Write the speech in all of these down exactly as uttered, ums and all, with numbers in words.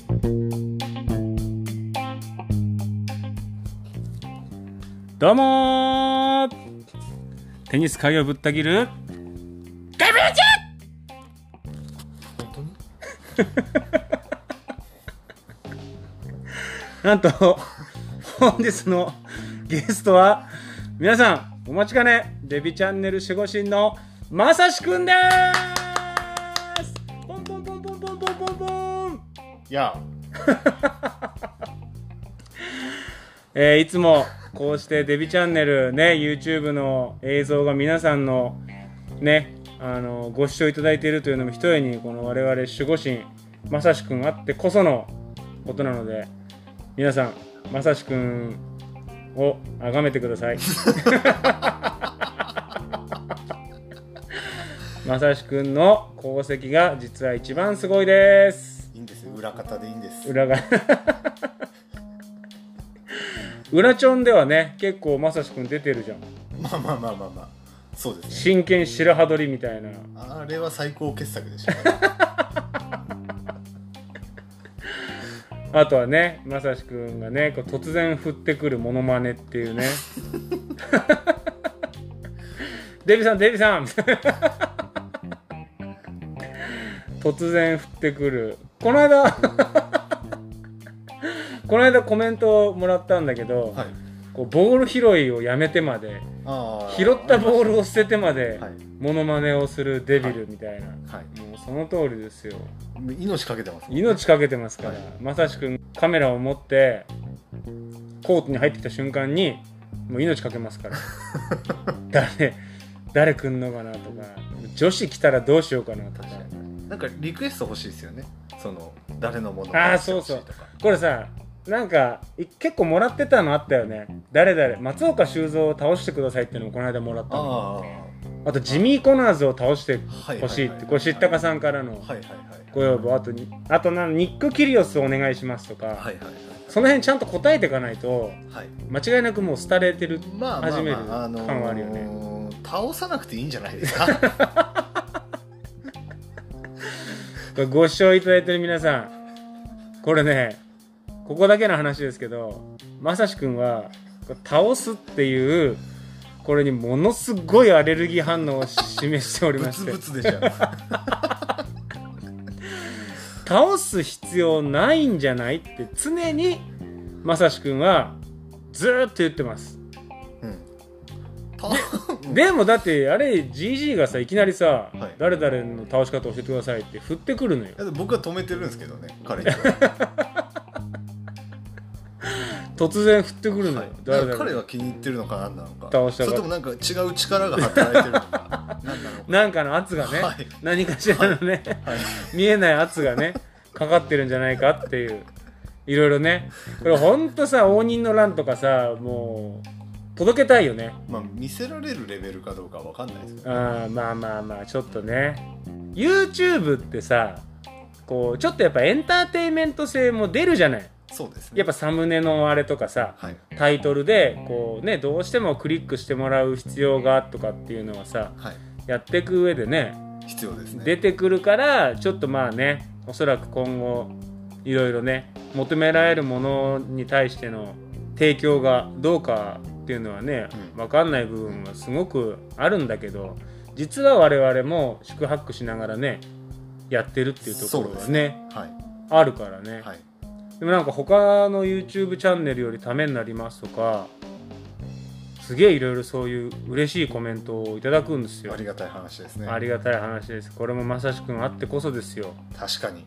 どうもー、テニス界をぶった切るガビーチ本当になんと本日のゲストは皆さんお待ちかねデビチャンネル守護神のまさしくんでーす。ポンポンポンポンポンポンポンポンいやえー、いつもこうしてデビチャンネルね YouTube の映像が皆さんのねあのご視聴いただいているというのもひとえにこの我々守護神まさしくんあってこそのことなので、皆さんまさしくんを崇めてくださいまさしくんの功績が実は一番すごいです。 いいんですよ、裏方でいいんです。 裏が裏チョンではね結構まさしくん出てるじゃん。 まあまあまあまあまあそうですね。 真剣白羽取りみたいな。 あれは最高傑作でしたねあとはねまさしくんがねこう突然降ってくるモノマネっていうねデビさんデビさん突然降ってくる。この間この間コメントをもらったんだけど、はい、こうボール拾いをやめてまで拾ったボールを捨ててまでモノマネをするデビルみたいな、はい、もうその通りですよ。 命かけてますもんね。 命かけてますから、はい、まさしくんカメラを持ってコートに入ってきた瞬間にもう命かけますから誰誰来んのかなとか、女子来たらどうしようかなとか、 なんかリクエスト欲しいですよね。その誰のものああそうそう、これさなんか結構もらってたのあったよね。誰々松岡修造を倒してくださいっていうのもこの間もらったの。 あ, あとジミー・コナーズを倒してほしいってこれ知ったかさんからのご要望。あとあとなんニック・キリオスお願いしますとか、はいはいはい、その辺ちゃんと答えていかないと、はい、間違いなくもう廃れてる、まあまあまあ、始める感はあるよね、あのー、倒さなくていいんじゃないですかご視聴いただいてる皆さん、これねここだけの話ですけど、まさしくんは倒すっていうこれにものすごいアレルギー反応を示しておりましてブツブツでしょ倒す必要ないんじゃないって常にまさしくんはずーっと言ってます、うん、で, でもだってあれ ジージー がさいきなりさ、はい、誰々の倒し方教えてくださいって振ってくるのよ。 僕は止めてるんですけどね彼に突然降ってくるのよ、はい、 誰々彼は気に入ってるのか何なのか、倒したかそれともなんか違う力が働いてるのか何なのかなんかの圧がね、はい、何かしらのね、はい、見えない圧がねかかってるんじゃないかっていういろいろね。これほんとさ応仁の乱とかさもう届けたいよね。 まあ見せられるレベルかどうかわかんないですけど、ね、 あまあまあまあちょっとね YouTube ってさこうちょっとやっぱエンターテインメント性も出るじゃない。 そうですね、 やっぱサムネのあれとかさ、はい、タイトルでこうねどうしてもクリックしてもらう必要がとかっていうのはさ、はい、やっていく上でね必要ですね。 出てくるからちょっとまあねおそらく今後いろいろね求められるものに対しての提供がどうかっていうのはね、うん、分かんない部分はすごくあるんだけど、実は我々も四苦八苦しながらねやってるっていうところが ね, ね、はい、あるからね、はい。でもなんか他の YouTube チャンネルよりためになりますとかすげえいろいろそういう嬉しいコメントをいただくんですよ。 ありがたい話ですね。 ありがたい話です。これもまさしくんあってこそですよ。 確かに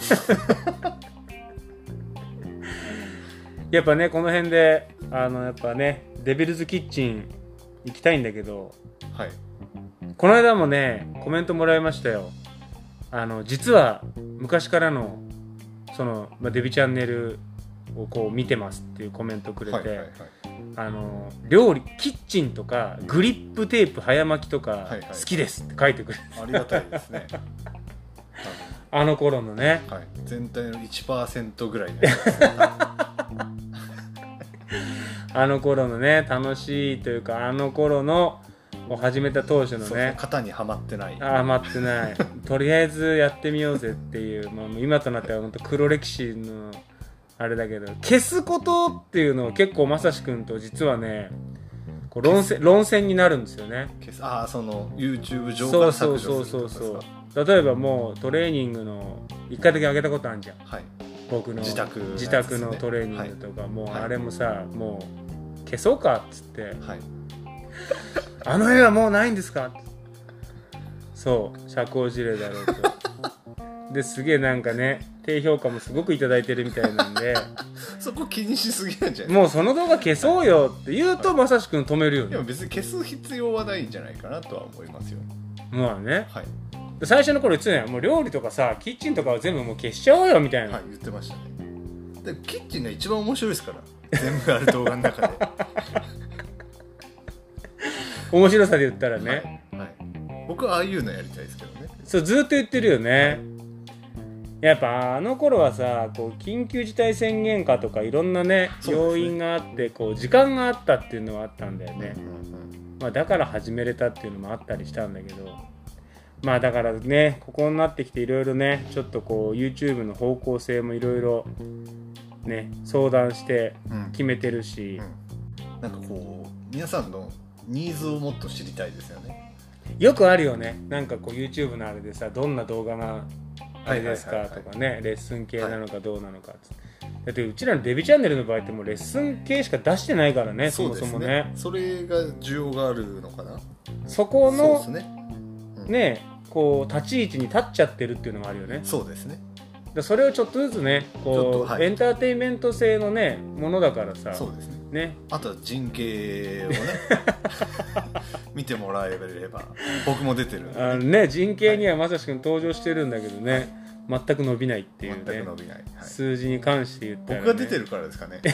やっぱねこの辺であのやっぱねデビルズキッチン行きたいんだけど、はい、この間もねコメントもらいましたよ。あの実は昔からのその、まあ、デビチャンネルをこう見てますっていうコメントくれて、はいはいはい、あの料理キッチンとかグリップテープ早巻きとか好きですって書いてくれて、 はいはいはい、ありがたいですねあの頃のね、 はい、全体の いちパーセント ぐらいねあの頃のね楽しいというかあの頃のを始めた当初のね型にはまってないあはまってないとりあえずやってみようぜっていう、まあ、今となっては本当黒歴史のあれだけど消すことっていうのを結構まさしくんと実はねこう論戦論戦になるんですよね。 消すああその YouTube 上から削除するそうそうそうそう例えばもうトレーニングの一回だけ上げたことあるじゃん、はい、僕の自宅、ね、 自宅のトレーニングとか、はい、もうあれもさ、はい、もう消そうかっつって、はい、あの絵はもうないんですかそう社交辞令だろうとですげえなんかね低評価もすごくいただいてるみたいなんでそこ気にしすぎなんじゃないもうその動画消そうよって言うと、はい、まさしくん止めるよね。 でも別に消す必要はないんじゃないかなとは思いますよ。 まあね、はい、最初の頃言ってたよもう料理とかさキッチンとかは全部もう消しちゃおうよみたいな、 はい、言ってましたね。でキッチンが一番面白いですから全部ある動画の中で面白さで言ったらね、 はいはい、僕はああいうのやりたいですけどね。 そうずっと言ってるよね、はい、やっぱあの頃はさこう緊急事態宣言下とかいろんなね要因があってこう時間があったっていうのはあったんだよね、うんうんうんまあ、だから始めれたっていうのもあったりしたんだけどまあだからねここになってきていろいろねちょっとこう YouTube の方向性もいろいろね相談して決めてるし、 うんうん、なんかこう皆さんのニーズをもっと知りたいですよね。 よくあるよねなんかこう YouTube のあれでさどんな動画があれですかとかねレッスン系なのかどうなのか、はい、だってうちらのデビチャンネルの場合ってもうレッスン系しか出してないからねそもそもねそれが需要があるのかなそこのそうですね、 うん、ねこう立ち位置に立っちゃってるっていうのもあるよね。 そうですねだそれをちょっとずつねこう、はい、エンターテインメント性のねものだからさそうですねねあとは人形をね見てもらえれば僕も出てるんで、ね、 あのね人形にはまさしくん登場してるんだけどね、はい、全く伸びないっていうね全く伸びない、はい、 数字に関して言ったら、ね、 僕が出てるからですかね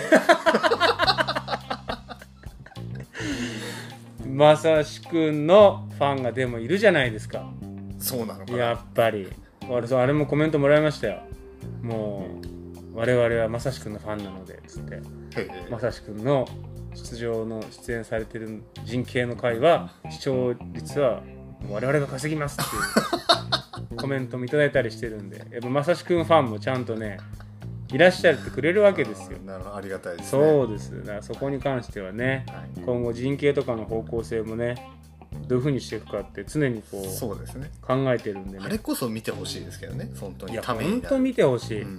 まさしくんのファンがでもいるじゃないですか。 そうなのかなやっぱり俺そうあれもコメントもらいましたよ。もう我々はまさしくんのファンなのでつってまさしくんの出場の出演されてる人形の回は視聴率は我々が稼ぎますっていうコメントもいただいたりしてるんでやっぱまさしくんファンもちゃんとねいらっしゃってくれるわけですよ。 なるほどありがたいですね。 そうですだからそこに関してはね、はい、今後人形とかの方向性もねどういう風にしていくかって常にこうそうですね考えてるんでねあれこそ見てほしいですけどね本当にいやためになる本当見てほしい、うん、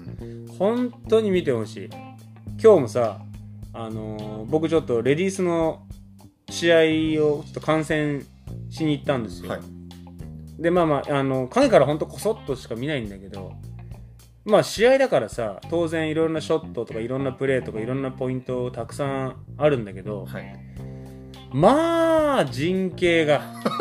本当に見てほしい。今日もさあのー、僕ちょっとレディースの試合をちょっと観戦しに行ったんですよ、はい、でまあまああの影から本当こそっとしか見ないんだけどまあ試合だからさ当然いろんなショットとかいろんなプレーとかいろんなポイントたくさんあるんだけど、はい、まあ人形が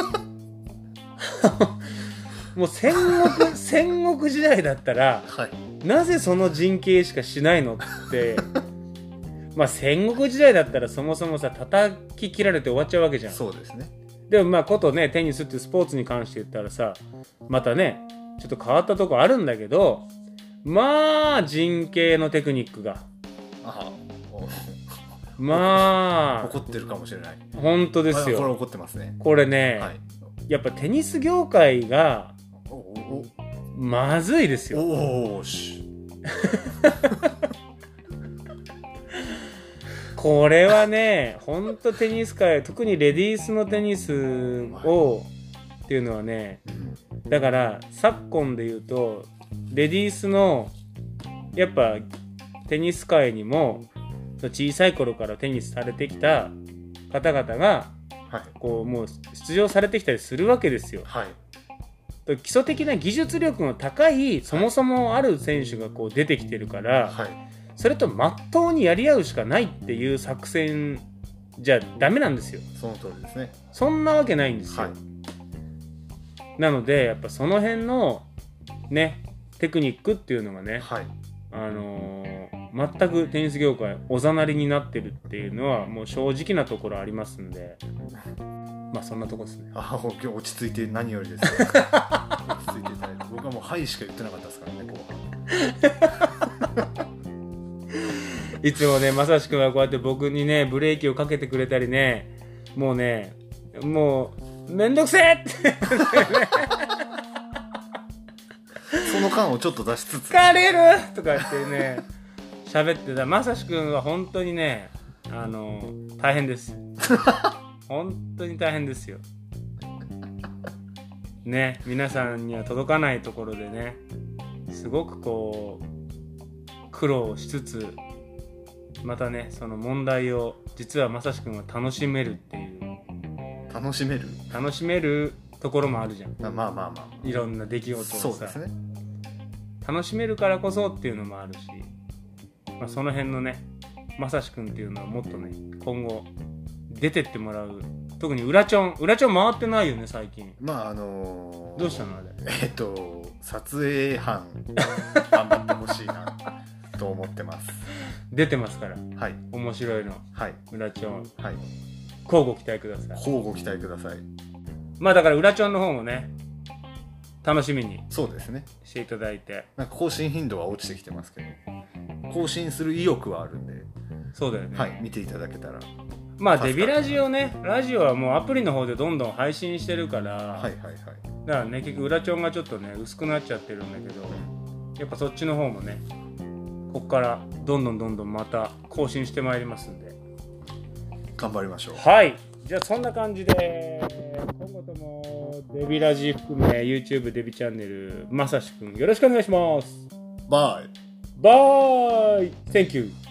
もう戦国戦国時代だったら、はい、なぜその人形しかしないのってまあ戦国時代だったらそもそもさ叩き切られて終わっちゃうわけじゃん。 そうですね。 でもまあことねテニスっていうスポーツに関して言ったらさまたねちょっと変わったとこあるんだけどまあ人形のテクニックがあまあ怒ってるかもしれない。 本当ですよ。 これ怒ってますね。 これね、はい、やっぱテニス業界がまずいですよ。おーしこれはね本当テニス界特にレディースのテニスをっていうのはねだから昨今で言うとレディースのやっぱテニス界にも小さい頃からテニスされてきた方々が、はい、こうもう出場されてきたりするわけですよ、はい、基礎的な技術力の高いそもそもある選手がこう出てきてるから、はい、それと真っ当にやり合うしかないっていう作戦じゃダメなんですよ。 その通りですね。 そんなわけないんですよ、はい、なのでやっぱその辺のねテクニックっていうのがね、はい、あのー、全くテニス業界おざなりになってるっていうのはもう正直なところありますんでまあそんなとこですね。 あ今日落ち着いて何よりです落ち着いていただいて僕はもうはいしか言ってなかったですからね後半いつもねまさしくんはこうやって僕にねブレーキをかけてくれたりねもうねもうめんどくせえってその間をちょっと出しつつ疲れるとか言ってね喋ってた。まさしくんは本当にねあの大変です本当に大変ですよね。皆さんには届かないところでねすごくこう苦労しつつまたねその問題を実はまさしくんは楽しめるっていう楽しめる楽しめるところもあるじゃん。 まあまあまあ、まあ、 いろんな出来事をさそうですね楽しめるからこそっていうのもあるし、まあ、その辺のねまさしくんっていうのはもっとね今後出てってもらう。特に裏チョン裏チョン回ってないよね最近。 まああのー、 どうしたのあれ。 えっと撮影班頑張ってほしいなと思ってます出てますから。 はい面白いの。 はい裏チョンはい交互期待ください。 交互期待ください。 まあだから裏チョンの方もね楽しみにそうですねしていただいて。 なんか更新頻度は落ちてきてますけど更新する意欲はあるんでそうだよね。 はい見ていただけたら。 まあデビラジオねラジオはもうアプリの方でどんどん配信してるから、 はいはいはい、 だからね結局裏チョンがちょっとね薄くなっちゃってるんだけどやっぱそっちの方もねこっからどんどんどんどんまた更新してまいりますんで頑張りましょう。 はい。じゃあそんな感じで今後ともデビラジ含め YouTube デビチャンネルまさしくんよろしくお願いします。 バイバイ Thank you